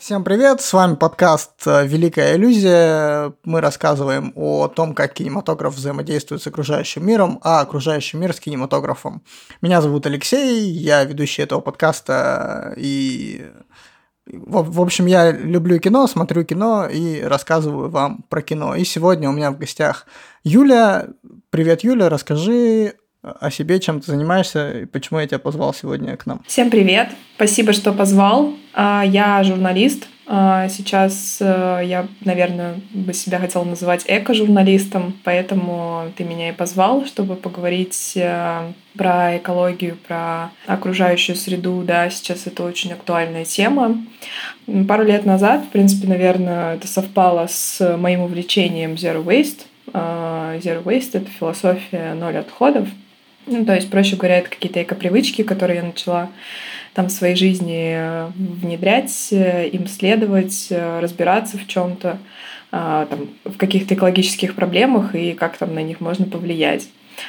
Всем привет, с вами подкаст «Великая иллюзия». Мы рассказываем о том, как кинематограф взаимодействует с окружающим миром, а окружающий мир с кинематографом. Меня зовут Алексей, я ведущий этого подкаста, и в общем, я люблю кино, смотрю кино и рассказываю вам про кино. И сегодня у меня в гостях Юля. Привет, Юля, расскажи о себе, чем ты занимаешься и почему я тебя позвал сегодня к нам. Всем привет, спасибо, что позвал. Я журналист. Сейчас я, наверное, бы себя хотела называть эко-журналистом, поэтому ты меня и позвал, чтобы поговорить про экологию, про окружающую среду. Да, сейчас это очень актуальная тема. Пару лет назад, в принципе, наверное, это совпало с моим увлечением Zero Waste. Zero Waste — это философия ноль отходов. То есть, проще говоря, это какие-то эко-привычки, которые я начала там в своей жизни внедрять, им следовать, разбираться в чем-то, в каких-то экологических проблемах и как там на них можно повлиять.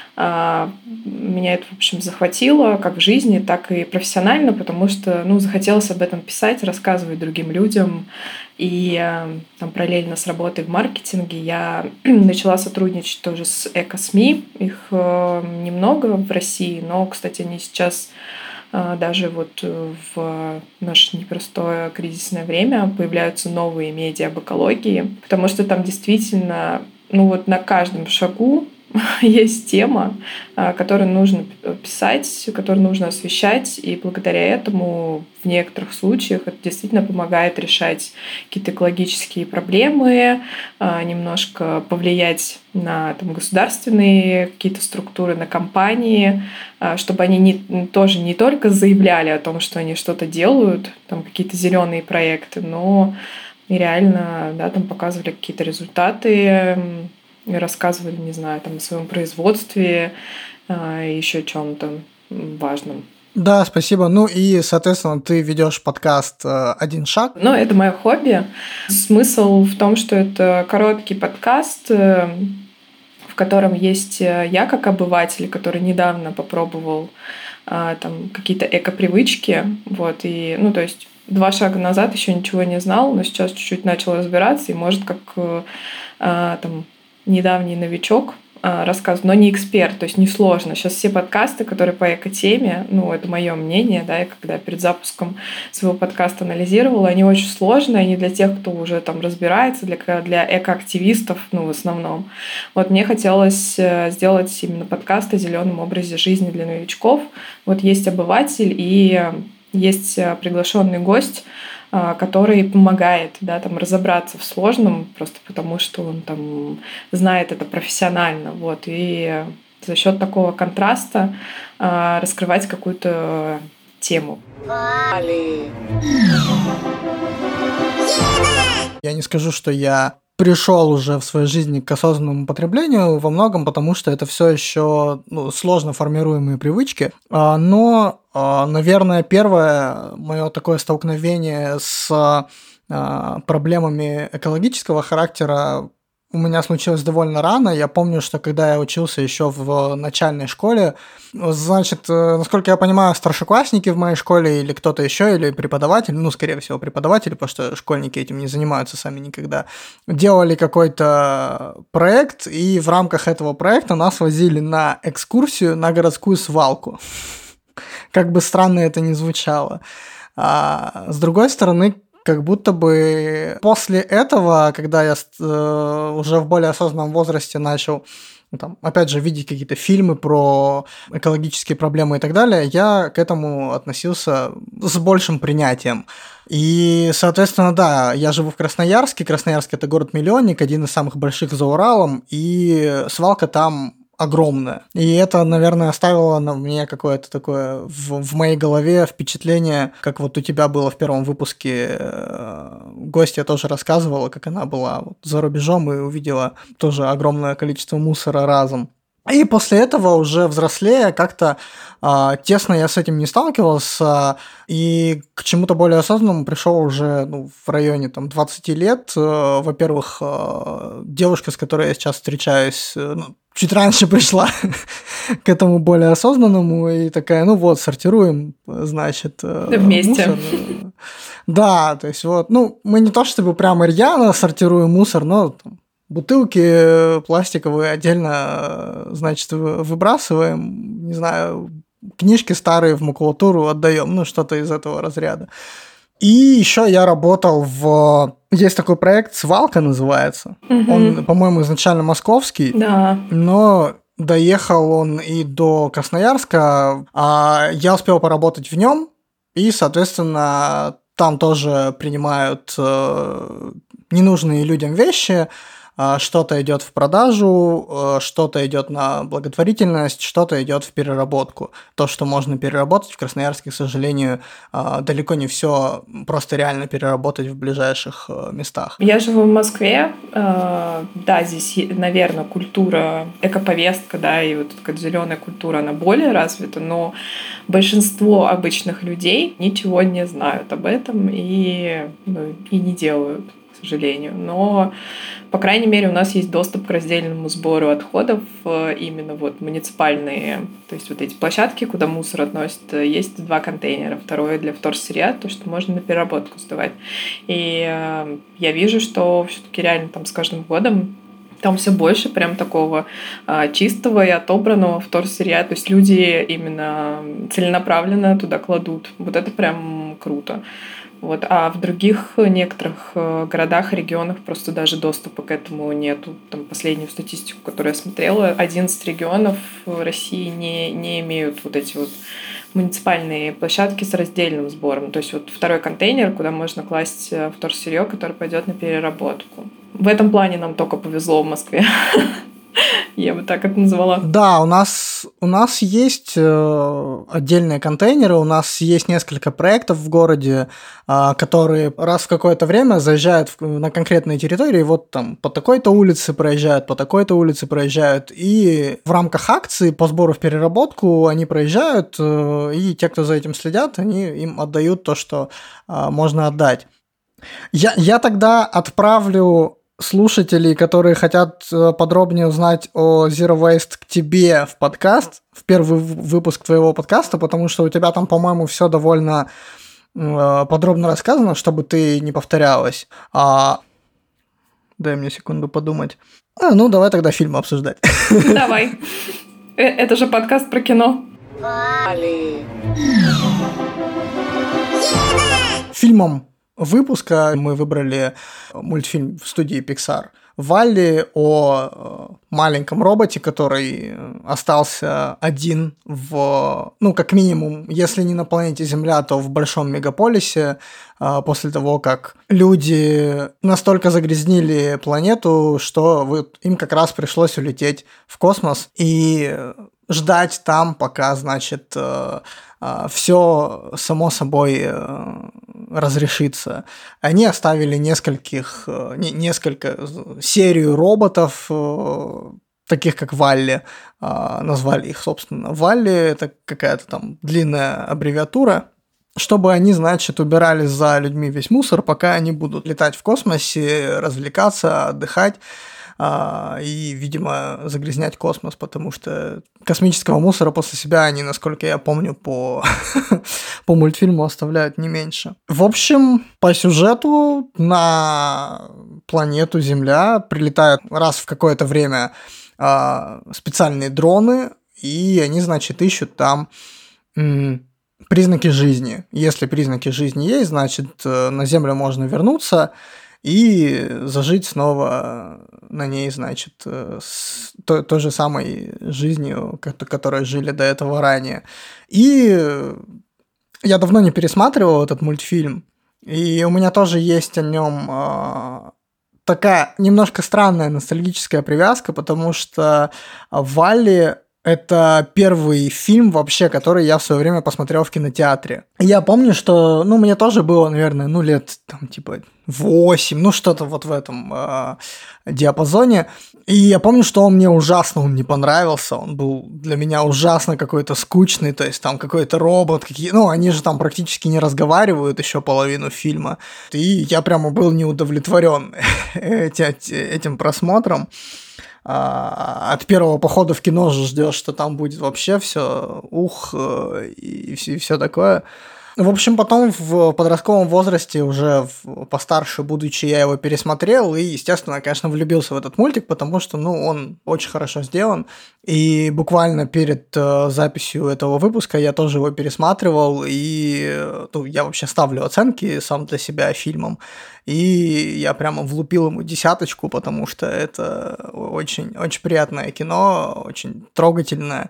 Меня это, в общем, захватило как в жизни, так и профессионально, потому что захотелось об этом писать, рассказывать другим людям. И параллельно с работой в маркетинге я начала сотрудничать тоже с эко-СМИ. Их немного в России, но, кстати, они сейчас даже вот в наше непростое кризисное время появляются новые медиа об экологии, потому что там действительно на каждом шагу есть тема, которую нужно писать, которую нужно освещать, и благодаря этому в некоторых случаях это действительно помогает решать какие-то экологические проблемы, немножко повлиять на государственные какие-то структуры, на компании, чтобы они тоже не только заявляли о том, что они что-то делают, какие-то зеленые проекты, но и реально показывали какие-то результаты, рассказывали, не знаю, о своем производстве, еще чем-то важном. Да, спасибо. И, соответственно, ты ведешь подкаст «Один шаг». Это мое хобби. Смысл в том, что это короткий подкаст, в котором есть я как обыватель, который недавно попробовал какие-то эко-привычки. И, то есть 2 шага назад еще ничего не знал, но сейчас чуть-чуть начал разбираться, и может как недавний новичок рассказывает, но не эксперт, то есть несложно. Сейчас все подкасты, которые по эко-теме, это мое мнение, да, я когда перед запуском своего подкаста анализировала, они очень сложные, они для тех, кто уже разбирается, для эко-активистов, в основном. Мне хотелось сделать именно подкаст о зеленом образе жизни для новичков. Есть обыватель и есть приглашенный гость, который помогает разобраться в сложном, просто потому что он знает это профессионально. И за счет такого контраста раскрывать какую-то тему. Я не скажу, что я пришел уже в своей жизни к осознанному потреблению, во многом потому, что это все еще сложно формируемые привычки. Но, наверное, первое мое такое столкновение с проблемами экологического характера у меня случилось довольно рано. Я помню, что когда я учился еще в начальной школе, значит, насколько я понимаю, старшеклассники в моей школе или кто-то еще, или преподаватель, скорее всего, преподаватели, потому что школьники этим не занимаются сами никогда, делали какой-то проект, и в рамках этого проекта нас возили на экскурсию на городскую свалку. Как бы странно это ни звучало. А с другой стороны, как будто бы после этого, когда я уже в более осознанном возрасте начал, опять же, видеть какие-то фильмы про экологические проблемы и так далее, я к этому относился с большим принятием. И, соответственно, да, я живу в Красноярске. Красноярск – это город-миллионник, один из самых больших за Уралом, и свалка там огромная. И это, наверное, оставило на мне какое-то такое в моей голове впечатление, как у тебя было в первом выпуске. Гостья тоже рассказывала, как она была за рубежом и увидела тоже огромное количество мусора разом. И после этого, уже взрослея, как-то тесно я с этим не сталкивался, и к чему-то более осознанному пришел уже в районе 20 лет. Во-первых, девушка, с которой я сейчас встречаюсь, чуть раньше пришла к этому более осознанному, и такая, сортируем, значит, вместе. мусор. Да, то есть вот, ну, мы не то чтобы прямо рьяно сортируем мусор, но там, бутылки пластиковые отдельно, значит, выбрасываем, не знаю, книжки старые в макулатуру отдаем, ну, что-то из этого разряда. И еще я работал в... Есть такой проект «Свалка» называется. Он, по-моему, изначально московский, Да. но доехал он и до Красноярска, а я успел поработать в нем, и, соответственно, там тоже принимают ненужные людям вещи, что-то идет в продажу, что-то идет на благотворительность, что-то идет в переработку. То, что можно переработать в Красноярске, к сожалению, далеко не все просто реально переработать в ближайших местах. Я живу в Москве, да, здесь, наверное, культура, экоповестка, да, и вот такая зеленая культура, она более развита, но большинство обычных людей ничего не знают об этом и не делают, к сожалению. Но, по крайней мере, у нас есть доступ к раздельному сбору отходов, именно вот муниципальные, то есть вот эти площадки, куда мусор относят, есть 2 контейнера. Второе для вторсырья, то, что можно на переработку сдавать. И я вижу, что все-таки реально там с каждым годом там все больше прям такого чистого и отобранного вторсырья. То есть люди именно целенаправленно туда кладут. Вот это прям круто. Вот. А в других некоторых городах, регионах просто даже доступа к этому нету. Там последнюю статистику, которую я смотрела, 11 регионов в России не имеют вот эти вот муниципальные площадки с раздельным сбором. То есть вот второй контейнер, куда можно класть вторсырье, которое пойдет на переработку. В этом плане нам только повезло в Москве. Я бы так это назвала. Да, у нас есть отдельные контейнеры, у нас есть несколько проектов в городе, которые раз в какое-то время заезжают на конкретные территории, вот там по такой-то улице проезжают, по такой-то улице проезжают, и в рамках акции по сбору в переработку они проезжают, и те, кто за этим следят, они им отдают то, что можно отдать. Я тогда отправлю слушателей, которые хотят подробнее узнать о Zero Waste, к тебе в подкаст, в первый выпуск твоего подкаста, потому что у тебя там, по-моему, все довольно подробно рассказано, чтобы ты не повторялась. Дай мне секунду подумать. Ну, давай тогда фильм обсуждать. Давай. Это же подкаст про кино. Фильмом выпуска мы выбрали мультфильм в студии Pixar «Валли» о маленьком роботе, который остался один как минимум, если не на планете Земля, то в большом мегаполисе после того, как люди настолько загрязнили планету, что им как раз пришлось улететь в космос и ждать там, пока, значит, все само собой разрешится. Они оставили несколько серию роботов, таких как Валли, назвали их, собственно, Валли, это какая-то там длинная аббревиатура, чтобы они, значит, убирали за людьми весь мусор, пока они будут летать в космосе, развлекаться, отдыхать, и, видимо, загрязнять космос, потому что космического мусора после себя они, насколько я помню, по мультфильму оставляют не меньше. В общем, по сюжету на планету Земля прилетают раз в какое-то время специальные дроны, и они, значит, ищут там признаки жизни. Если признаки жизни есть, значит, на Землю можно вернуться и зажить снова на ней, значит, с той же самой жизнью, которой жили до этого ранее. И я давно не пересматривал этот мультфильм, и у меня тоже есть о нем такая немножко странная ностальгическая привязка, потому что «Валли» — это первый фильм вообще, который я в свое время посмотрел в кинотеатре. Я помню, что, мне тоже было, наверное, лет, 8, что-то вот в этом диапазоне. И я помню, что он мне ужасно не понравился, он был для меня ужасно какой-то скучный, то есть там какой-то робот, они же там практически не разговаривают еще половину фильма. И я прямо был неудовлетворен этим просмотром. От первого похода в кино же ждешь, что там будет вообще все и все такое. В общем, потом в подростковом возрасте, уже постарше будучи, я его пересмотрел и, естественно, конечно, влюбился в этот мультик, потому что, он очень хорошо сделан. И буквально перед записью этого выпуска я тоже его пересматривал, и я вообще ставлю оценки сам для себя фильмам. И я прямо влупил ему 10, потому что это очень, очень приятное кино, очень трогательное.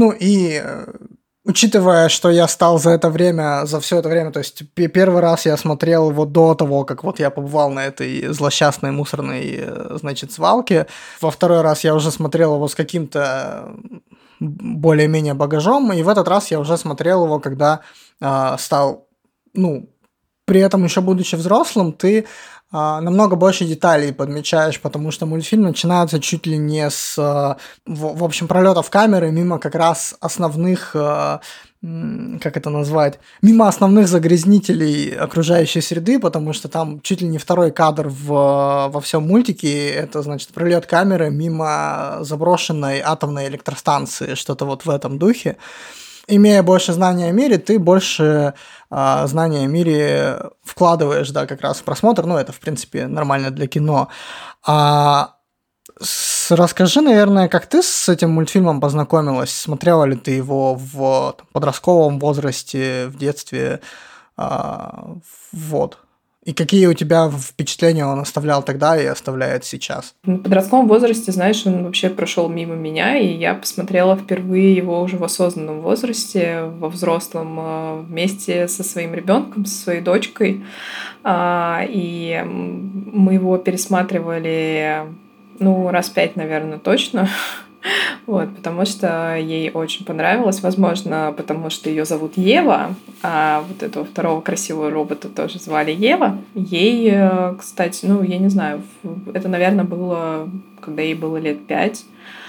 Учитывая, что я стал за все это время, то есть первый раз я смотрел его до того, как вот я побывал на этой злосчастной мусорной, свалке. Во второй раз я уже смотрел его с каким-то более-менее багажом, и в этот раз я уже смотрел его, когда стал, при этом еще будучи взрослым, ты намного больше деталей подмечаешь, потому что мультфильм начинается чуть ли не с, в общем, пролетов камеры мимо как раз основных, как это назвать, мимо основных загрязнителей окружающей среды, потому что там чуть ли не второй кадр во всем мультике, это, значит, пролет камеры мимо заброшенной атомной электростанции, что-то вот в этом духе. Имея больше знания о мире, ты больше знания о мире вкладываешь, да, как раз в просмотр. Это, в принципе, нормально для кино. Расскажи, наверное, как ты с этим мультфильмом познакомилась? Смотрела ли ты его в подростковом возрасте, в детстве? Вот. И какие у тебя впечатления он оставлял тогда и оставляет сейчас? В подростковом возрасте, знаешь, он вообще прошел мимо меня, и я посмотрела впервые его уже в осознанном возрасте, во взрослом, вместе со своим ребенком, со своей дочкой. И мы его пересматривали, раз 5, наверное, точно. Вот, потому что ей очень понравилось, возможно, потому что ее зовут Ева, а вот этого второго красивого робота тоже звали Ева. Ей, кстати, я не знаю, это, наверное, было, когда ей было лет 5.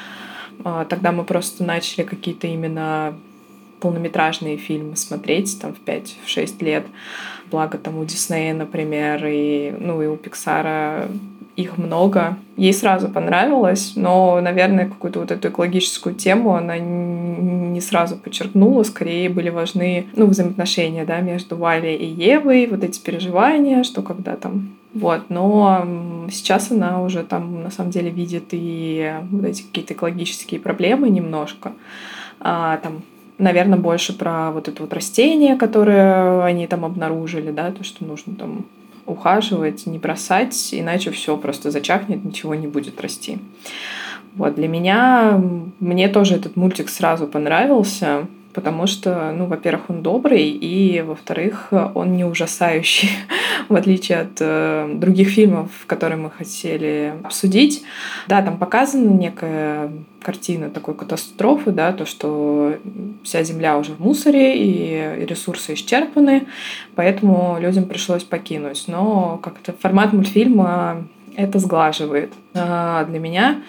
Тогда мы просто начали какие-то именно полнометражные фильмы смотреть, там, в 5-6 лет. Благо, там, у Диснея, например, и у Пиксара их много. Ей сразу понравилось, но, наверное, какую-то вот эту экологическую тему она не сразу подчеркнула. Скорее были важны, взаимоотношения, да, между Валей и Евой, вот эти переживания, что когда там... Вот, но сейчас она уже там, на самом деле, видит и вот эти какие-то экологические проблемы немножко. Там, наверное, больше про вот это вот растение, которое они там обнаружили, да, то, что нужно там ухаживать, не бросать, иначе все просто зачахнет, ничего не будет расти. Вот, для меня, мне тоже этот мультик сразу понравился, потому что, во-первых, он добрый, и, во-вторых, он не ужасающий, в отличие от других фильмов, которые мы хотели обсудить. Да, там показана некая картина такой катастрофы, да, то, что вся земля уже в мусоре, и ресурсы исчерпаны, поэтому людям пришлось покинуть. Но как-то формат мультфильма это сглаживает. Для меня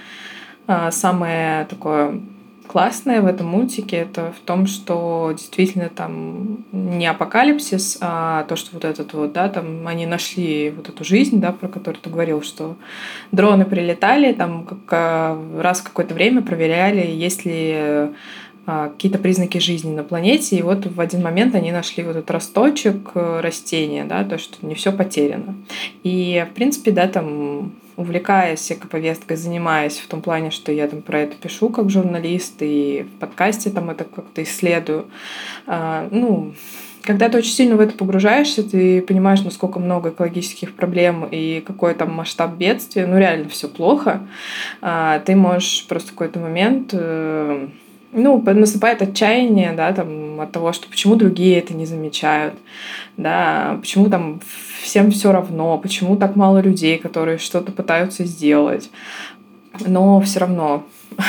самое такое классное в этом мультике это в том, что действительно там не апокалипсис, а то, что вот этот вот, да, там они нашли вот эту жизнь, да, про которую ты говорил, что дроны прилетали, там раз в какое-то время проверяли, есть ли какие-то признаки жизни на планете, и вот в один момент они нашли вот этот росточек растения, да, то, что не все потеряно. И, в принципе, да, там увлекаясь экоповесткой, занимаясь в том плане, что я там про это пишу как журналист, и в подкасте там это как-то исследую. Когда ты очень сильно в это погружаешься, ты понимаешь, насколько много экологических проблем и какой там масштаб бедствия, реально все плохо. Ты можешь просто в какой-то момент... наступает отчаяние, да, там, от того, что почему другие это не замечают, да, почему там всем все равно, почему так мало людей, которые что-то пытаются сделать. Но все равно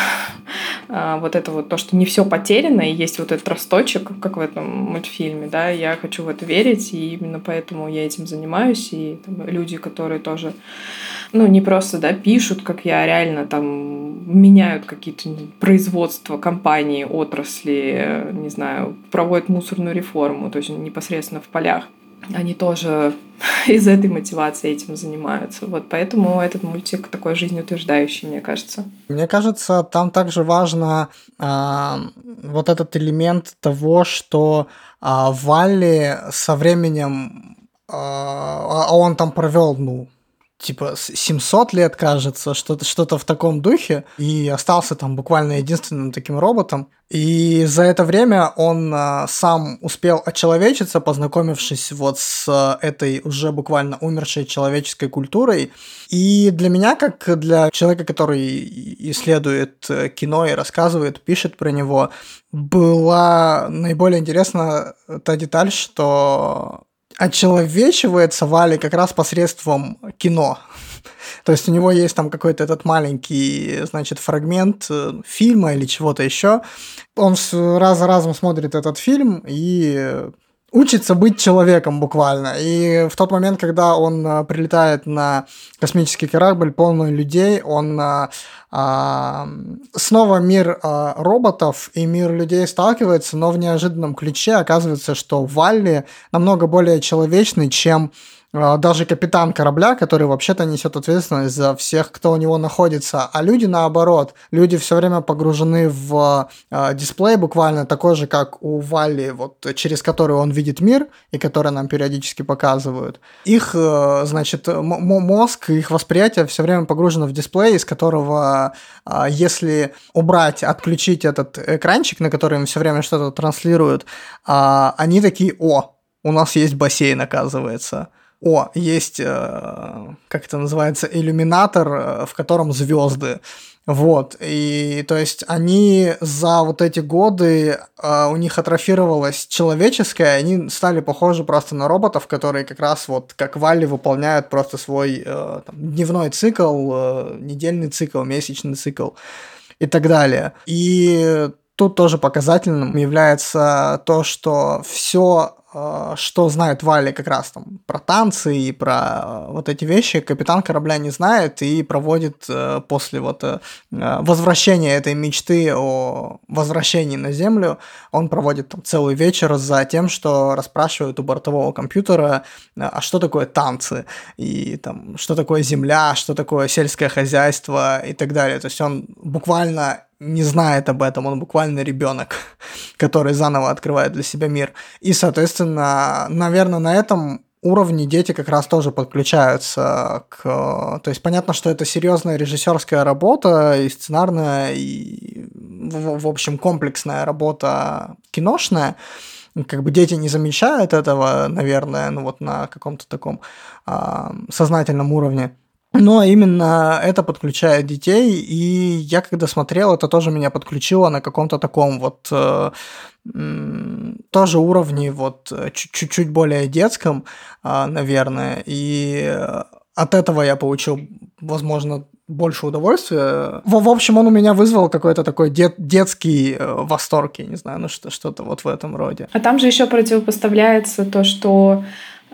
вот это вот то, что не все потеряно, и есть вот этот росточек, как в этом мультфильме, да, я хочу в это верить, и именно поэтому я этим занимаюсь, и там, люди, которые тоже, не просто, да, пишут, как я, реально там меняют какие-то производства, компании, отрасли, не знаю, проводят мусорную реформу, то есть непосредственно в полях. Они тоже из этой мотивации этим занимаются. Вот поэтому этот мультик такой жизнеутверждающий, мне кажется. Мне кажется, там также важно вот этот элемент того, что Валли со временем, он там провел, типа 700 лет, кажется, что-то в таком духе, и остался там буквально единственным таким роботом. И за это время он сам успел очеловечиться, познакомившись вот с этой уже буквально умершей человеческой культурой. И для меня, как для человека, который исследует кино и рассказывает, пишет про него, была наиболее интересна та деталь, что очеловечивается Валли как раз посредством кино. То есть у него есть там какой-то этот маленький, значит, фрагмент фильма или чего-то еще. Он раз за разом смотрит этот фильм и учится быть человеком буквально. И в тот момент, когда он прилетает на космический корабль, полный людей, он снова мир роботов и мир людей сталкивается, но в неожиданном ключе оказывается, что Валли намного более человечный, чем даже капитан корабля, который вообще-то несет ответственность за всех, кто у него находится, а люди наоборот, люди все время погружены в дисплей, буквально такой же, как у Валли, вот через который он видит мир и который нам периодически показывают. Их, значит, мозг, их восприятие все время погружено в дисплей, из которого, если убрать, отключить этот экранчик, на который им все время что-то транслируют, они такие: о, у нас есть бассейн, оказывается. О, есть, как это называется, иллюминатор, в котором звезды. Вот, и то есть они за вот эти годы, у них атрофировалось человеческое, они стали похожи просто на роботов, которые как раз вот как Валли выполняют просто свой дневной цикл, недельный цикл, месячный цикл и так далее. И тут тоже показательным является то, что все, что знает Валли как раз там про танцы и про вот эти вещи, капитан корабля не знает и проводит после вот возвращения этой мечты о возвращении на Землю, он проводит там целый вечер за тем, что расспрашивает у бортового компьютера, а что такое танцы, и там, что такое земля, что такое сельское хозяйство и так далее. То есть он буквально не знает об этом, он буквально ребенок, который заново открывает для себя мир. И, соответственно, наверное, на этом уровне дети как раз тоже подключаются к... То есть понятно, что это серьезная режиссерская работа, и сценарная, и, в общем, комплексная работа киношная. Как бы дети не замечают этого, наверное, вот на каком-то таком сознательном уровне. Но именно это подключает детей, и я когда смотрел, это тоже меня подключило на каком-то таком вот тоже уровне, вот чуть-чуть более детском, наверное, и от этого я получил, возможно, больше удовольствия. В общем, он у меня вызвал какой-то такой детский восторг, я не знаю, что-то вот в этом роде. А там же еще противопоставляется то, что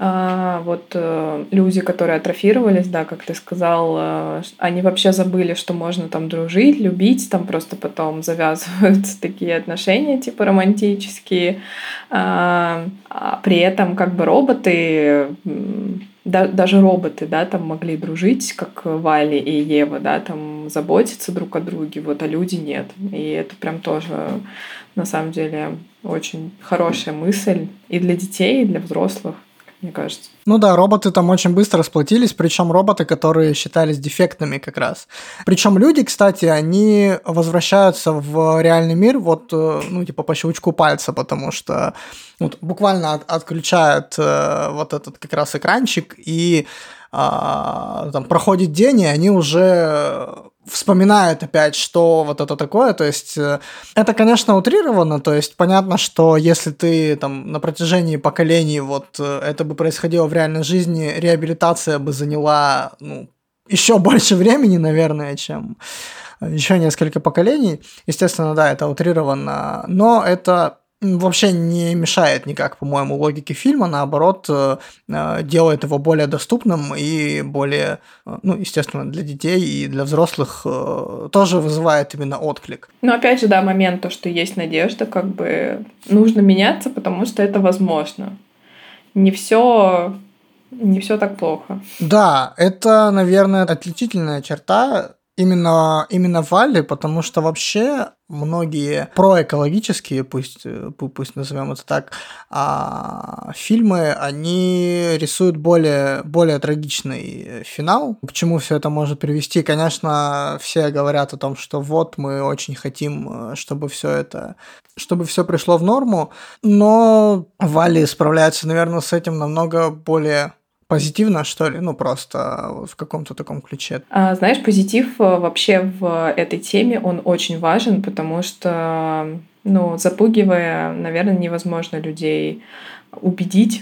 люди, которые атрофировались, да, как ты сказал, они вообще забыли, что можно там дружить, любить, там просто потом завязывают такие отношения типа романтические. При этом как бы роботы, даже роботы, да, там могли дружить, как Валли и Ева, да, там заботиться друг о друге, вот, а люди нет. И это прям тоже, на самом деле, очень хорошая мысль и для детей, и для взрослых, мне кажется. Ну да, роботы там очень быстро сплотились, причем роботы, которые считались дефектными как раз. Причем люди, кстати, они возвращаются в реальный мир вот, типа по щелчку пальца, потому что буквально отключают вот этот как раз экранчик, и там проходит день, и они уже вспоминают опять, что вот это такое, то есть это, конечно, утрировано, то есть понятно, что если ты там на протяжении поколений вот это бы происходило в реальной жизни, реабилитация бы заняла, еще больше времени, наверное, чем еще несколько поколений. Естественно, да, это утрировано, но это вообще не мешает никак, по-моему, логике фильма, наоборот, делает его более доступным и более, естественно, для детей и для взрослых тоже вызывает именно отклик. Но опять же, да, момент, то, что есть надежда, как бы нужно меняться, потому что это возможно. Не все не все так плохо. Да, это, наверное, отличительная черта именно Валли, потому что вообще многие проэкологические, пусть назовем это так, фильмы, они рисуют более трагичный финал. К чему все это может привести? Конечно, все говорят о том, что вот мы очень хотим, чтобы все пришло в норму, но Валли справляется, наверное, с этим намного более позитивно, что ли? Ну, просто в каком-то таком ключе. Знаешь, позитив вообще в этой теме, он очень важен, потому что, запугивая, наверное, невозможно людей убедить,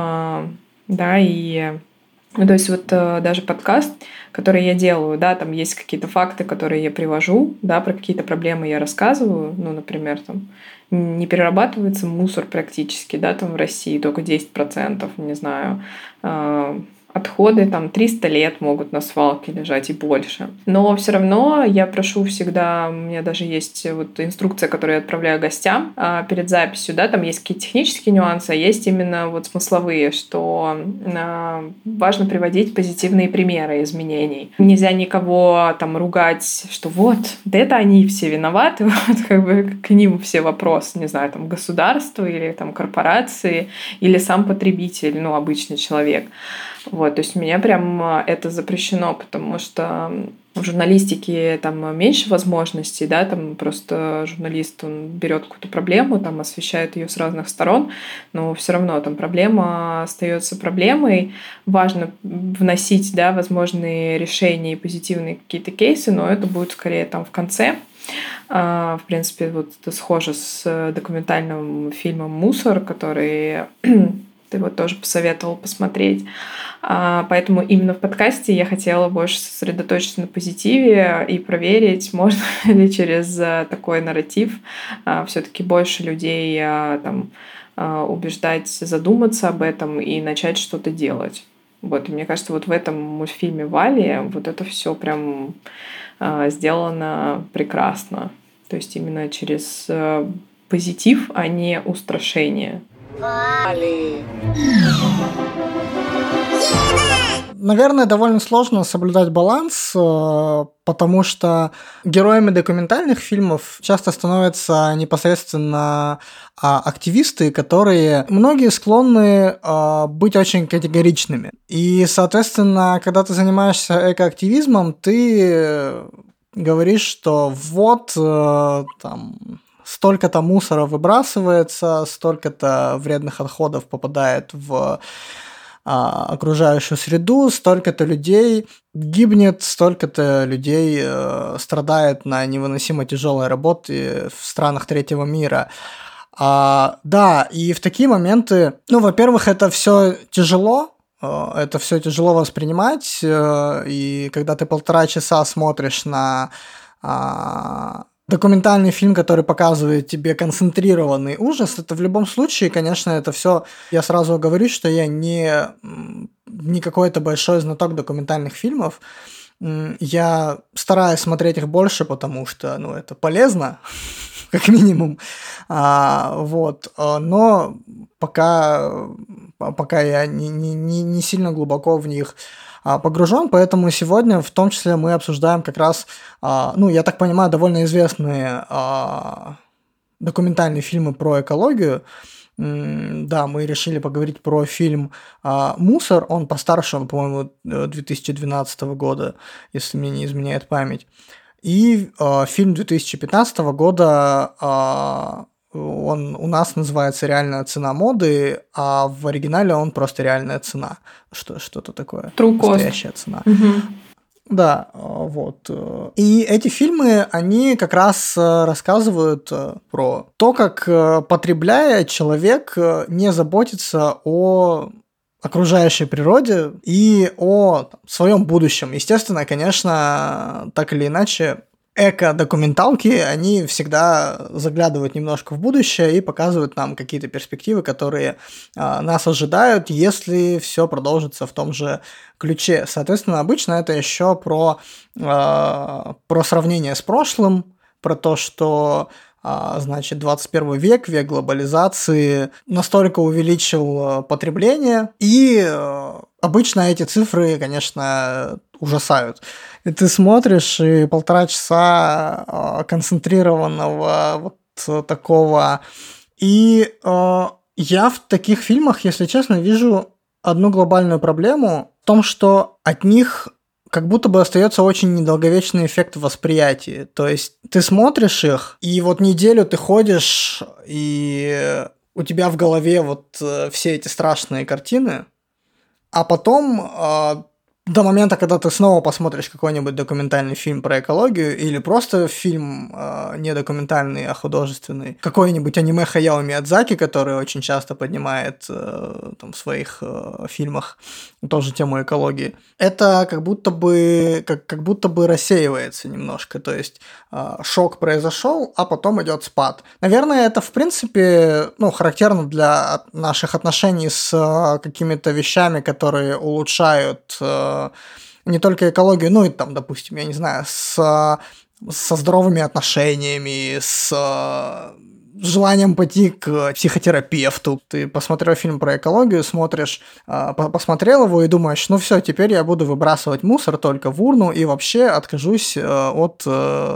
да, и то есть вот даже подкаст, который я делаю, да, там есть какие-то факты, которые я привожу, да, про какие-то проблемы я рассказываю, например, там не перерабатывается мусор практически, да, там в России только 10%, не знаю, отходы там 300 лет могут на свалке лежать и больше. Но все равно я прошу всегда, у меня даже есть вот инструкция, которую я отправляю гостям перед записью, да, там есть какие-то технические нюансы, а есть именно вот смысловые, что важно приводить позитивные примеры изменений. Нельзя никого там ругать, что вот, да это они все виноваты, вот как бы к ним все вопросы, не знаю, там государство или там корпорации, или сам потребитель, обычный человек. Вот, то есть у меня прям это запрещено, потому что в журналистике там меньше возможностей, да, там просто журналист, он берет какую-то проблему, там освещает ее с разных сторон, но все равно там проблема остается проблемой. Важно вносить, да, возможные решения и позитивные какие-то кейсы, но это будет скорее там в конце. В принципе, вот это схоже с документальным фильмом «Мусор», который ты вот тоже посоветовал посмотреть. Поэтому именно в подкасте я хотела больше сосредоточиться на позитиве и проверить, можно ли через такой нарратив все-таки больше людей убеждать задуматься об этом и начать что-то делать. Вот, и мне кажется, вот в этом мультфильме «Валли» вот это все прям сделано прекрасно. То есть именно через позитив, а не устрашение. Валли. Наверное, довольно сложно соблюдать баланс, потому что героями документальных фильмов часто становятся непосредственно активисты, которые многие склонны быть очень категоричными. И, соответственно, когда ты занимаешься экоактивизмом, ты говоришь, что вот там столько-то мусора выбрасывается, столько-то вредных отходов попадает в окружающую среду, столько-то людей гибнет, столько-то людей страдает на невыносимо тяжелой работе в странах третьего мира. Да, и в такие моменты, во-первых, это все тяжело воспринимать, и когда ты 1,5 часа смотришь на документальный фильм, который показывает тебе концентрированный ужас, это в любом случае, конечно, это все. Я сразу говорю, что я не какой-то большой знаток документальных фильмов. Я стараюсь смотреть их больше, потому что, это полезно, как минимум. Но пока я не сильно глубоко в них погружен, поэтому сегодня в том числе мы обсуждаем как раз, я так понимаю, довольно известные документальные фильмы про экологию. Да, мы решили поговорить про фильм «Мусор», он постарше, он, по-моему, 2012 года, если мне не изменяет память. И фильм 2015 года, он у нас называется «Реальная цена моды», а в оригинале он просто «Реальная цена». Что-то такое. True cost. Настоящая цена. Да, вот. И эти фильмы, они как раз рассказывают про то, как, потребляя, человек не заботится о окружающей природе и о своем будущем. Естественно, конечно, так или иначе, эко-документалки, они всегда заглядывают немножко в будущее и показывают нам какие-то перспективы, которые нас ожидают, если все продолжится в том же ключе. Соответственно, обычно это еще про сравнение с прошлым, про то, что 21 век, век глобализации, настолько увеличил потребление и обычно эти цифры, конечно, ужасают. И ты смотришь, и 1,5 часа концентрированного вот такого. И я в таких фильмах, если честно, вижу одну глобальную проблему в том, что от них как будто бы остается очень недолговечный эффект восприятия. То есть ты смотришь их, и вот неделю ты ходишь, и у тебя в голове вот все эти страшные картины, а потом до момента, когда ты снова посмотришь какой-нибудь документальный фильм про экологию или просто фильм не документальный, а художественный, какой-нибудь аниме Хаяо Миядзаки, который очень часто поднимает там, в своих фильмах тоже тему экологии, это как будто бы рассеивается немножко, то есть шок произошел, а потом идет спад. Наверное, это в принципе характерно для наших отношений с какими-то вещами, которые улучшают не только экологию, ну и там, допустим, я не знаю, со здоровыми отношениями, с желанием пойти к психотерапевту. Ты посмотрел фильм про экологию, смотришь, посмотрел его и думаешь, ну все, теперь я буду выбрасывать мусор только в урну и вообще откажусь от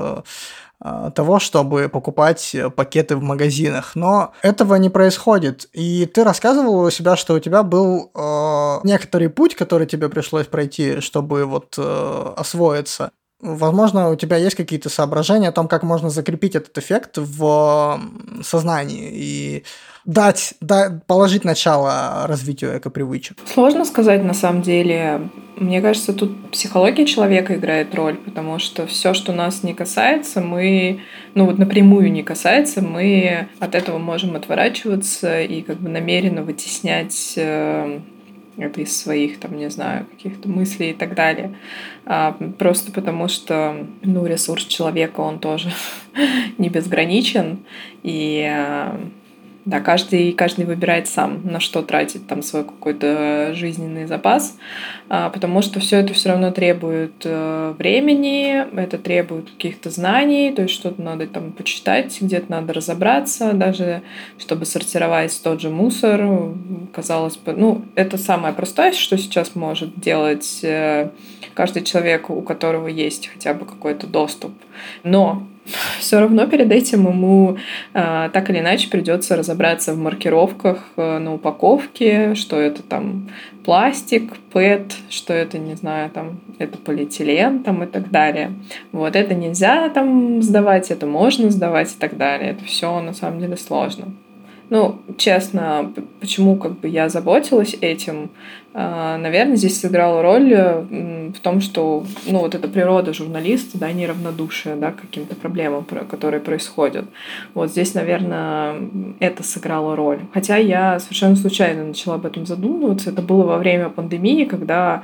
того, чтобы покупать пакеты в магазинах. Но этого не происходит. И ты рассказывал у себя, что у тебя был некоторый путь, который тебе пришлось пройти, чтобы вот освоиться. Возможно, у тебя есть какие-то соображения о том, как можно закрепить этот эффект в сознании и положить начало развитию экопривычек. Сложно сказать на самом деле. Мне кажется, тут психология человека играет роль, потому что все, что нас не касается, мы, напрямую не касается, мы от этого можем отворачиваться и как бы намеренно вытеснять это из своих, там, не знаю, каких-то мыслей и так далее. Просто потому что, ресурс человека, он тоже не безграничен. И да, каждый выбирает сам, на что тратить там свой какой-то жизненный запас, потому что все это все равно требует времени, это требует каких-то знаний, то есть что-то надо там почитать, где-то надо разобраться, даже чтобы сортировать тот же мусор, казалось бы, это самое простое, что сейчас может делать каждый человек, у которого есть хотя бы какой-то доступ. Но все равно перед этим ему так или иначе придется разобраться в маркировках на упаковке, что это там пластик, ПЭТ, что это, не знаю, там это полиэтилен там, и так далее. Вот это нельзя там сдавать, это можно сдавать и так далее. Это все на самом деле сложно. Честно, почему как бы я заботилась этим, наверное, здесь сыграла роль в том, что, вот эта природа журналиста, да, неравнодушие, да, к каким-то проблемам, которые происходят. Вот здесь, наверное, это сыграло роль. Хотя я совершенно случайно начала об этом задумываться. Это было во время пандемии, когда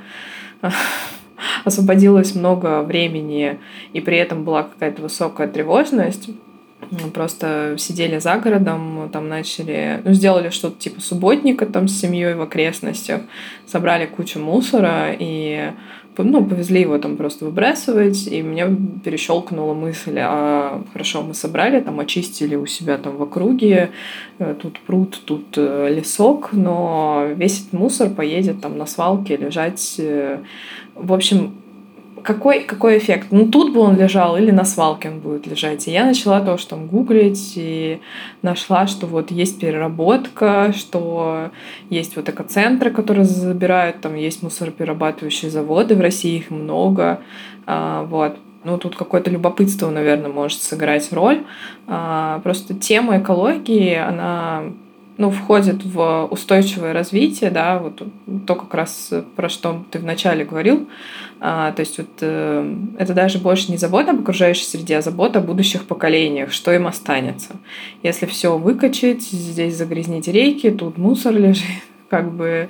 освободилось много времени, и при этом была какая-то высокая тревожность. Просто сидели за городом, там начали, сделали что-то типа субботника там с семьей в окрестностях, собрали кучу мусора и повезли его там просто выбрасывать, и меня перещелкнула мысль, хорошо, мы собрали, там очистили у себя там в округе, тут пруд, тут лесок, но весь этот мусор поедет там на свалке лежать, в общем, какой эффект? Тут бы он лежал или на свалке он будет лежать. И я начала тоже там гуглить и нашла, что вот есть переработка, что есть вот экоцентры, которые забирают, там есть мусороперерабатывающие заводы, в России их много. Вот. Тут какое-то любопытство, наверное, может сыграть роль. Просто тема экологии, она входит в устойчивое развитие, да, вот то как раз про что ты вначале говорил. То есть вот это даже больше не забота об окружающей среде, а забота о будущих поколениях, что им останется. Если все выкачать, здесь загрязнить реки, тут мусор лежит, как бы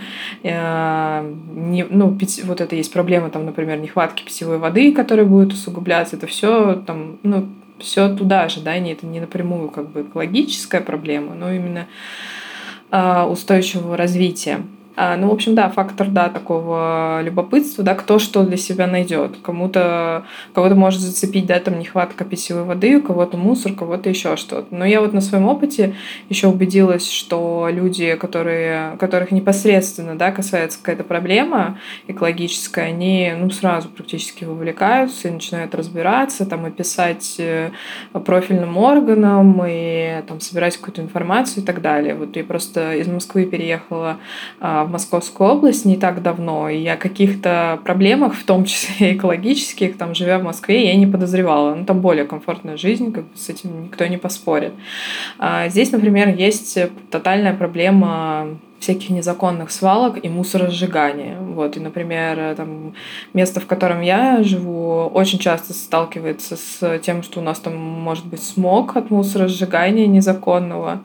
вот это есть проблема, там, например, нехватки питьевой воды, которая будет усугубляться, это все там, все туда же, да, это не напрямую как бы экологическая проблема, но именно устойчивого развития. Ну, в общем, да, фактор, да, такого любопытства, да, кто что для себя найдет. Кого-то может зацепить, да, там нехватка питьевой воды, у кого-то мусор, у кого-то еще что-то. Но я вот на своем опыте еще убедилась, что люди, которых непосредственно, да, касается какая-то проблема экологическая, они, ну, сразу практически вовлекаются и начинают разбираться, там, и писать профильным органам, и там собирать какую-то информацию и так далее. Вот я просто из Москвы переехала в Московскую область не так давно, и о каких-то проблемах, в том числе экологических, там, живя в Москве, я не подозревала. Ну, там более комфортная жизнь, как бы с этим никто не поспорит. Здесь, например, есть тотальная проблема всяких незаконных свалок и мусоросжигания. Вот. И, например, там, место, в котором я живу, очень часто сталкивается с тем, что у нас там может быть смог от мусоросжигания незаконного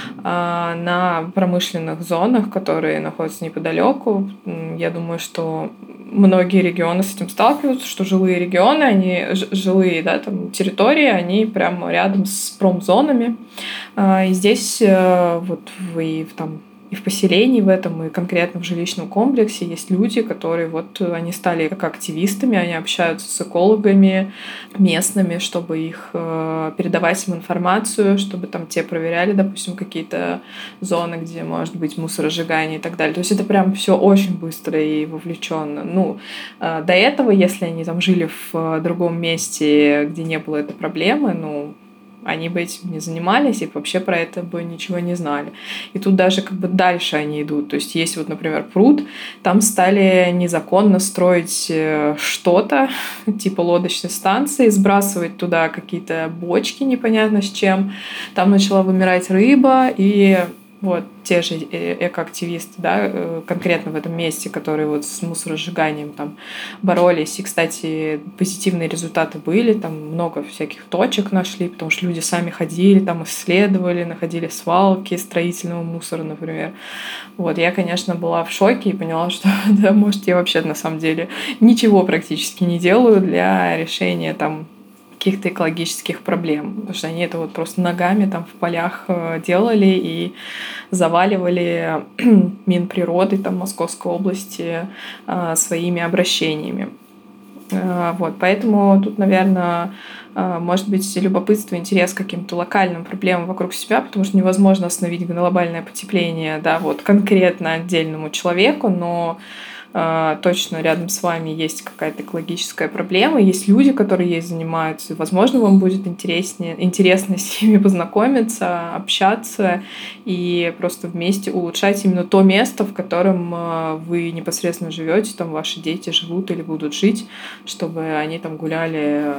на промышленных зонах, которые находятся неподалеку. Я думаю, что многие регионы с этим сталкиваются, что жилые регионы, жилые, да, там, территории, они прямо рядом с промзонами. И здесь вот и в поселении в этом, и конкретно в жилищном комплексе есть люди, которые вот они стали как активистами, они общаются с экологами местными, чтобы их передавать им информацию, чтобы там те проверяли, допустим, какие-то зоны, где может быть мусоросжигание и так далее. То есть это прям все очень быстро и вовлеченно. Ну, до этого, если они там жили в другом месте, где не было этой проблемы, ну, они бы этим не занимались и вообще про это бы ничего не знали. И тут даже как бы дальше они идут. То есть есть вот, например, пруд, там стали незаконно строить что-то, типа лодочной станции, сбрасывать туда какие-то бочки непонятно с чем. Там начала вымирать рыба, и вот те же экоактивисты, да, конкретно в этом месте, которые вот с мусоросжиганием там боролись. И, кстати, позитивные результаты были, там много всяких точек нашли, потому что люди сами ходили, там исследовали, находили свалки строительного мусора, например. Вот, я, конечно, была в шоке и поняла, что, да, может, я вообще на самом деле ничего практически не делаю для решения там каких-то экологических проблем, потому что они это вот просто ногами там в полях делали и заваливали Минприроды там Московской области своими обращениями. Вот, поэтому тут, наверное, может быть любопытство, интерес к каким-то локальным проблемам вокруг себя, потому что невозможно остановить глобальное потепление, да, вот конкретно отдельному человеку, но точно рядом с вами есть какая-то экологическая проблема, есть люди, которые ей занимаются, и, возможно, вам будет интересно с ними познакомиться, общаться и просто вместе улучшать именно то место, в котором вы непосредственно живете, там ваши дети живут или будут жить, чтобы они там гуляли,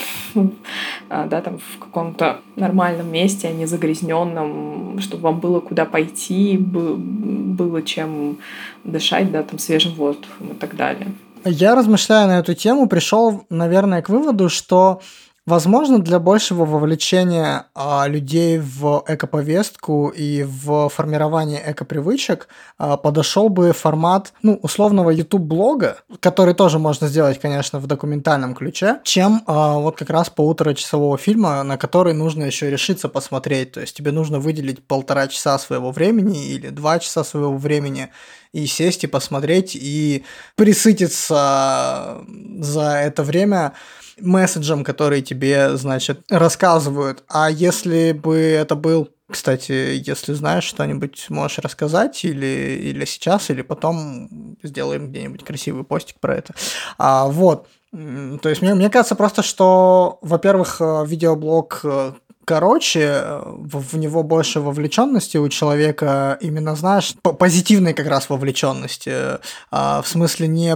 да, там в каком-то нормальном месте, а не загрязненном, чтобы вам было куда пойти, было чем дышать, да, там свежим воздухом и так далее. Я, размышляя на эту тему, пришел, наверное, к выводу, что, возможно, для большего вовлечения людей в экоповестку и в формирование экопривычек подошел бы формат, ну, условного YouTube-блога, который тоже можно сделать, конечно, в документальном ключе, чем вот как раз полуторачасового фильма, на который нужно еще решиться посмотреть. То есть тебе нужно выделить 1,5 часа своего времени или 2 часа своего времени и сесть и посмотреть, и присытиться за это время месседжем, который тебе, значит, рассказывают. А если бы это был... Кстати, если знаешь что-нибудь, можешь рассказать или сейчас, или потом сделаем где-нибудь красивый постик про это. Вот. То есть мне кажется просто, что, во-первых, видеоблог короче, в него больше вовлеченности у человека, именно, знаешь, позитивной как раз вовлеченности. В смысле, не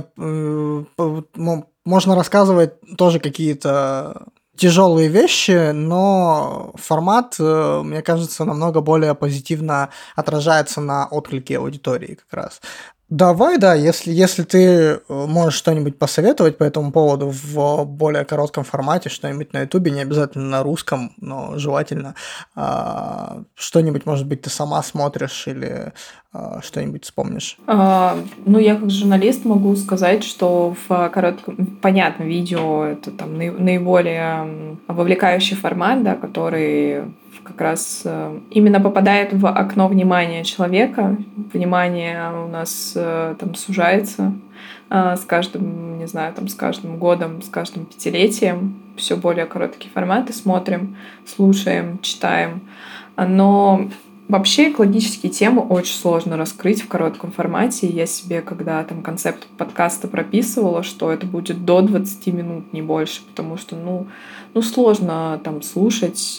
можно рассказывать тоже какие-то тяжелые вещи, но формат, мне кажется, намного более позитивно отражается на отклике аудитории как раз. Давай, да, если ты можешь что-нибудь посоветовать по этому поводу в более коротком формате, что-нибудь на Ютубе, не обязательно на русском, но желательно, что-нибудь, может быть, ты сама смотришь или что-нибудь вспомнишь? Ну, я как журналист могу сказать, что в коротком, понятно, видео это там наиболее вовлекающий формат, да, который как раз именно попадает в окно внимания человека. Внимание у нас там сужается с каждым, не знаю, там, с каждым годом, с каждым пятилетием. Все более короткие форматы смотрим, слушаем, читаем. Но вообще экологические темы очень сложно раскрыть в коротком формате. Я себе, когда там концепт подкаста прописывала, что это будет до 20 минут, не больше, потому что, сложно там слушать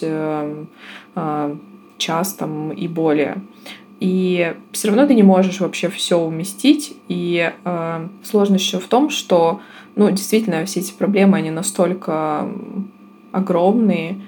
час там и более. И все равно ты не можешь вообще все уместить. И сложность еще в том, что, действительно, все эти проблемы, они настолько огромные,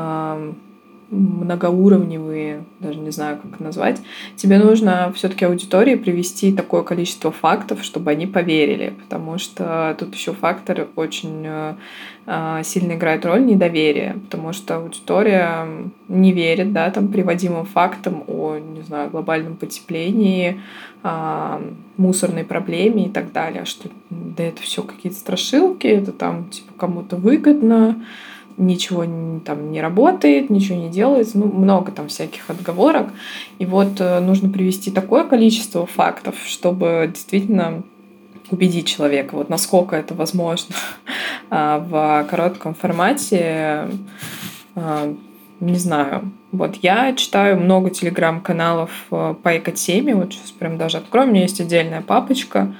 многоуровневые, даже не знаю, как назвать, тебе нужно все-таки аудитории привести такое количество фактов, чтобы они поверили, потому что тут еще фактор очень сильно играет роль недоверия, потому что аудитория не верит, да, там, приводимым фактам о, не знаю, глобальном потеплении, мусорной проблеме и так далее, что да это все какие-то страшилки, это там типа кому-то выгодно, ничего там не работает, ничего не делается, много там всяких отговорок. И вот нужно привести такое количество фактов, чтобы действительно убедить человека, вот насколько это возможно в коротком формате. Не знаю. Вот я читаю много телеграм-каналов по экотеме, вот сейчас прям даже открою, у меня есть отдельная папочка.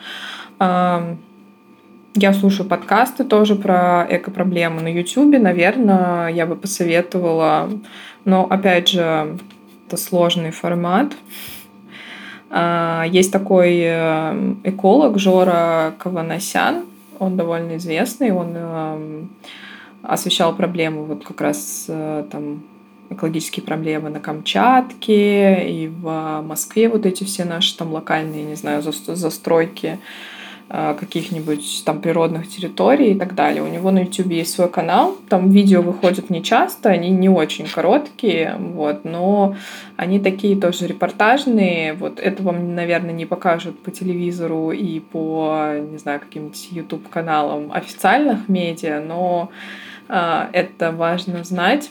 Я слушаю подкасты тоже про эко-проблемы на Ютубе. Наверное, я бы посоветовала, но, опять же, это сложный формат. Есть такой эколог Жора Каванасян. Он довольно известный. Он освещал проблемы, вот как раз там экологические проблемы на Камчатке и в Москве. Вот эти все наши там локальные, не знаю, застройки каких-нибудь там природных территорий и так далее. У него на YouTube есть свой канал, там видео выходят не часто, они не очень короткие, вот, но они такие тоже репортажные, вот это вам, наверное, не покажут по телевизору и по, не знаю, каким-нибудь YouTube-каналам официальных медиа, но это важно знать,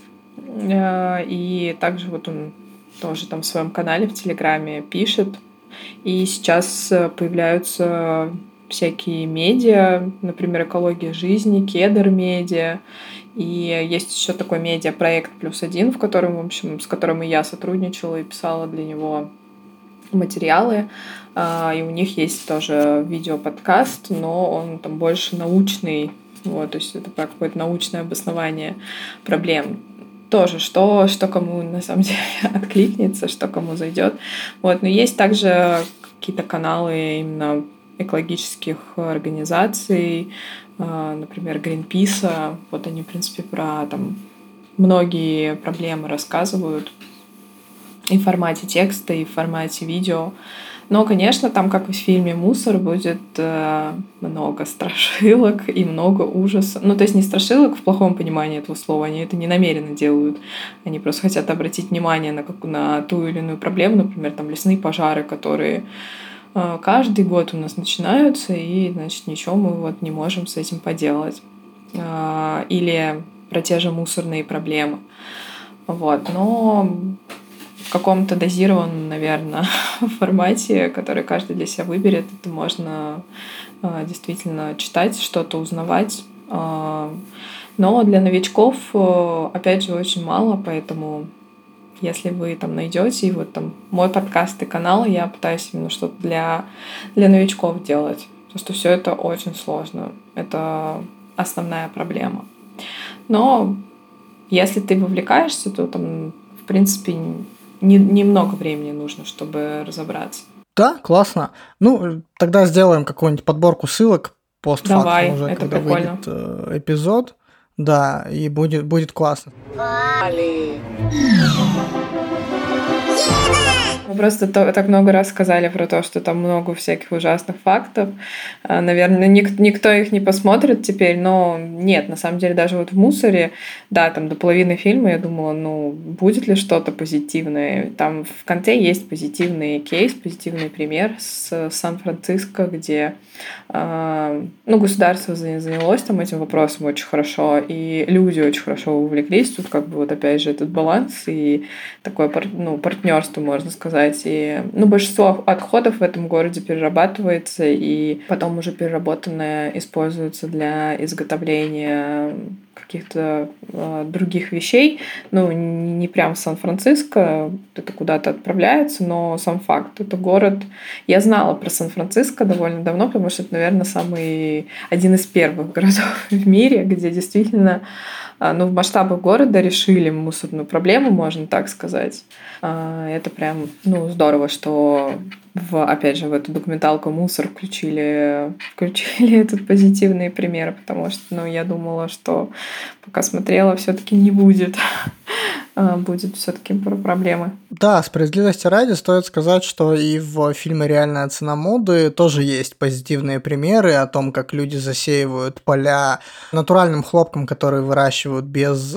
и также вот он тоже там в своем канале в Телеграме пишет, и сейчас появляются всякие медиа, например, «Экология жизни», «Кедр медиа». И есть еще такой медиа-проект «+1», в котором, в общем, с которым и я сотрудничала и писала для него материалы. И у них есть тоже видеоподкаст, но он там больше научный. Вот, то есть это про какое-то научное обоснование проблем. Тоже, что кому на самом деле откликнется, что кому зайдет. Вот, но есть также какие-то каналы именно экологических организаций, например, Гринписа. Вот они, в принципе, про там многие проблемы рассказывают и в формате текста, и в формате видео. Но, конечно, там, как в фильме «Мусор», будет много страшилок и много ужаса. То есть не страшилок в плохом понимании этого слова, они это не намеренно делают. Они просто хотят обратить внимание на ту или иную проблему, например, там лесные пожары, которые каждый год у нас начинаются, и, значит, ничего мы вот не можем с этим поделать. Или про те же мусорные проблемы. Вот. Но в каком-то дозированном, наверное, формате, который каждый для себя выберет, это можно действительно читать, что-то узнавать. Но для новичков, опять же, очень мало, поэтому если вы там найдете, и вот там мой подкаст и канал, я пытаюсь именно что-то для новичков делать. Потому что все это очень сложно. Это основная проблема. Но если ты вовлекаешься, то там, в принципе, немного времени нужно, чтобы разобраться. Да, классно. Тогда сделаем какую-нибудь подборку ссылок постфактум. Давай, уже, это когда прикольно. Выйдет эпизод. Да, и будет классно. Мы просто так много раз сказали про то, что там много всяких ужасных фактов. Наверное, никто их не посмотрит теперь, но нет, на самом деле даже вот в «Мусоре», да, там до половины фильма я думала, ну, будет ли что-то позитивное. Там в конце есть позитивный кейс, позитивный пример с Сан-Франциско, где ну, государство занялось там этим вопросом очень хорошо, и люди очень хорошо увлеклись. Тут как бы вот опять же этот баланс и такое партнерство, можно сказать. И, ну, большинство отходов в этом городе перерабатывается, и потом уже переработанное используется для изготовления каких-то других вещей. Ну, не прям в Сан-Франциско, это куда-то отправляется, но сам факт. Это город... Я знала про Сан-Франциско довольно давно, потому что это, наверное, один из первых городов в мире, где действительно ну, в масштабах города решили мусорную проблему, можно так сказать. Это прям, ну, здорово, что опять же, в эту документалку «Мусор» включили этот позитивный пример, потому что, ну, я думала, что пока смотрела, все-таки не будет. Будет все-таки про проблемы. Да, справедливости ради стоит сказать, что и в фильме «Реальная цена моды» тоже есть позитивные примеры о том, как люди засеивают поля натуральным хлопком, который выращивают без...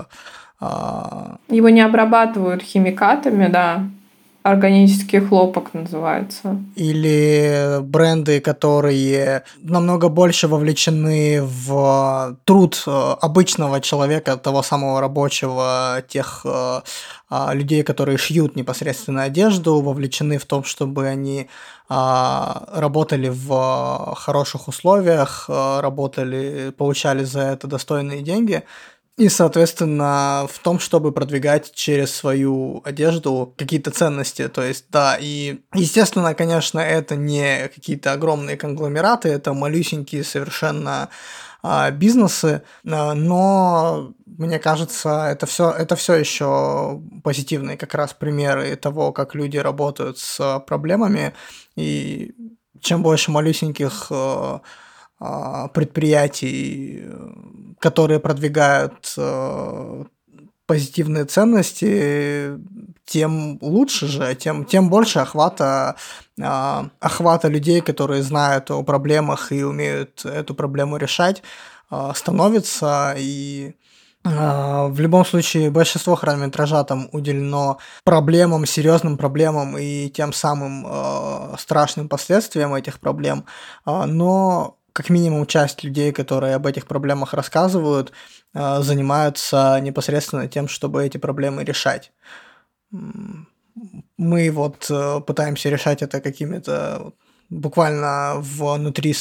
Его не обрабатывают химикатами, да. Органический хлопок называется. Или бренды, которые намного больше вовлечены в труд обычного человека, того самого рабочего, тех людей, которые шьют непосредственно одежду, вовлечены в том, чтобы они работали в хороших условиях, получали за это достойные деньги. И, соответственно, в том, чтобы продвигать через свою одежду какие-то ценности. То есть, да, и, естественно, конечно, это не какие-то огромные конгломераты, это малюсенькие совершенно бизнесы, но мне кажется, это все еще позитивные как раз примеры того, как люди работают с проблемами, и чем больше малюсеньких предприятий, которые продвигают позитивные ценности, тем лучше же, тем больше охвата людей, которые знают о проблемах и умеют эту проблему решать, становится. И в любом случае большинство хронометража там уделено проблемам, серьезным проблемам и тем самым страшным последствиям этих проблем, но как минимум часть людей, которые об этих проблемах рассказывают, занимаются непосредственно тем, чтобы эти проблемы решать. Мы вот пытаемся решать это какими-то буквально внутри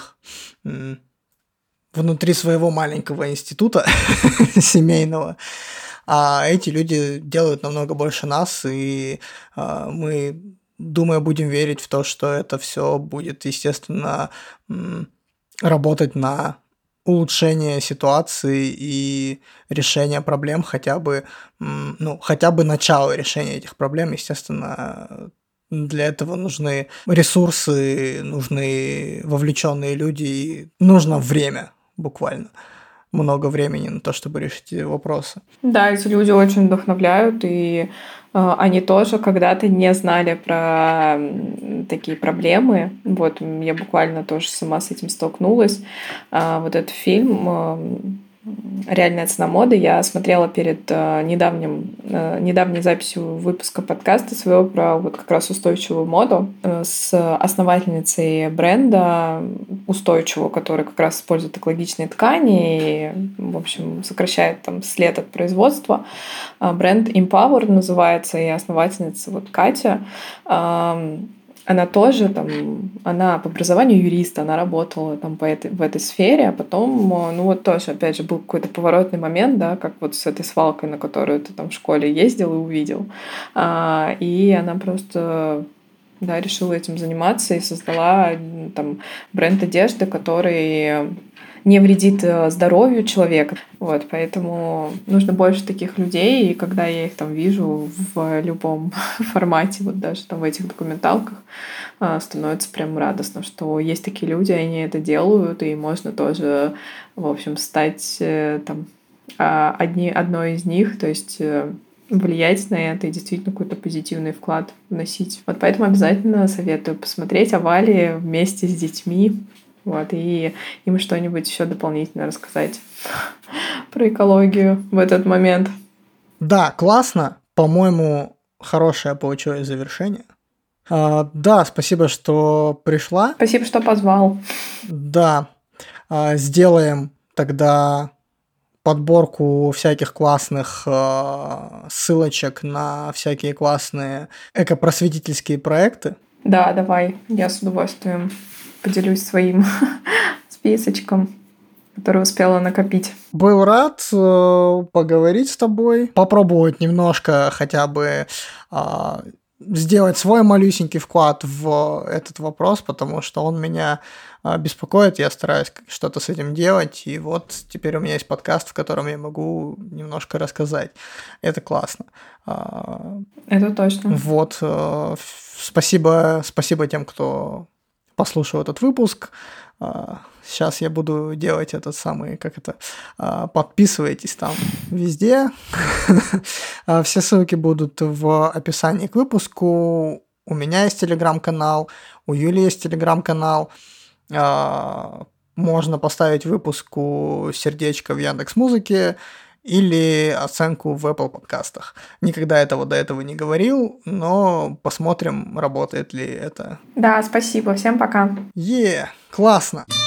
своего маленького института семейного, а эти люди делают намного больше нас, и мы, думаю, будем верить в то, что это все будет, естественно, работать на улучшение ситуации и решение проблем, хотя бы начало решения этих проблем. Естественно, для этого нужны ресурсы, нужны вовлеченные люди, и нужно время буквально. Много времени на то, чтобы решить эти вопросы. Да, эти люди очень вдохновляют, и они тоже когда-то не знали про такие проблемы. Вот я буквально тоже сама с этим столкнулась. Вот этот фильм «Реальная цена моды» я смотрела перед недавней записью выпуска подкаста своего про вот как раз устойчивую моду с основательницей бренда устойчивого, который как раз использует экологичные ткани и, в общем, сокращает там след от производства. Бренд Empower называется, и основательница вот Катя. Она тоже она по образованию юрист, она работала там в этой сфере, а потом, ну вот тоже, опять же, был какой-то поворотный момент, да, как вот с этой свалкой, на которую ты там в школе ездил и увидел. И она просто, да, решила этим заниматься и создала там бренд одежды, который не вредит здоровью человека. Вот, поэтому нужно больше таких людей, и когда я их там вижу в любом формате, вот даже там в этих документалках, становится прям радостно, что есть такие люди, они это делают, и можно тоже, в общем, стать там одной из них, то есть влиять на это и действительно какой-то позитивный вклад вносить. Вот поэтому обязательно советую посмотреть «Авали» вместе с детьми, вот, и им что-нибудь еще дополнительно рассказать про экологию в этот момент. Да, классно. По-моему, хорошее получилось завершение. Да, спасибо, что пришла. Спасибо, что позвал. Да, сделаем тогда подборку всяких классных ссылочек на всякие классные экопросветительские проекты. Да, давай. Я с удовольствием поделюсь своим списочком, который успела накопить. Был рад поговорить с тобой, попробовать немножко хотя бы сделать свой малюсенький вклад в этот вопрос, потому что он меня беспокоит, я стараюсь что-то с этим делать, и вот теперь у меня есть подкаст, в котором я могу немножко рассказать. Это классно. Это точно. Вот, спасибо тем, кто послушал этот выпуск. Сейчас я буду делать этот самый, подписывайтесь там везде. Все ссылки будут в описании к выпуску. У меня есть телеграм-канал, у Юли есть телеграм-канал. Можно поставить выпуску сердечко в Яндекс.Музыке или оценку в Apple подкастах. Никогда до этого не говорил, но посмотрим, работает ли это. Да, спасибо. Всем пока. Классно.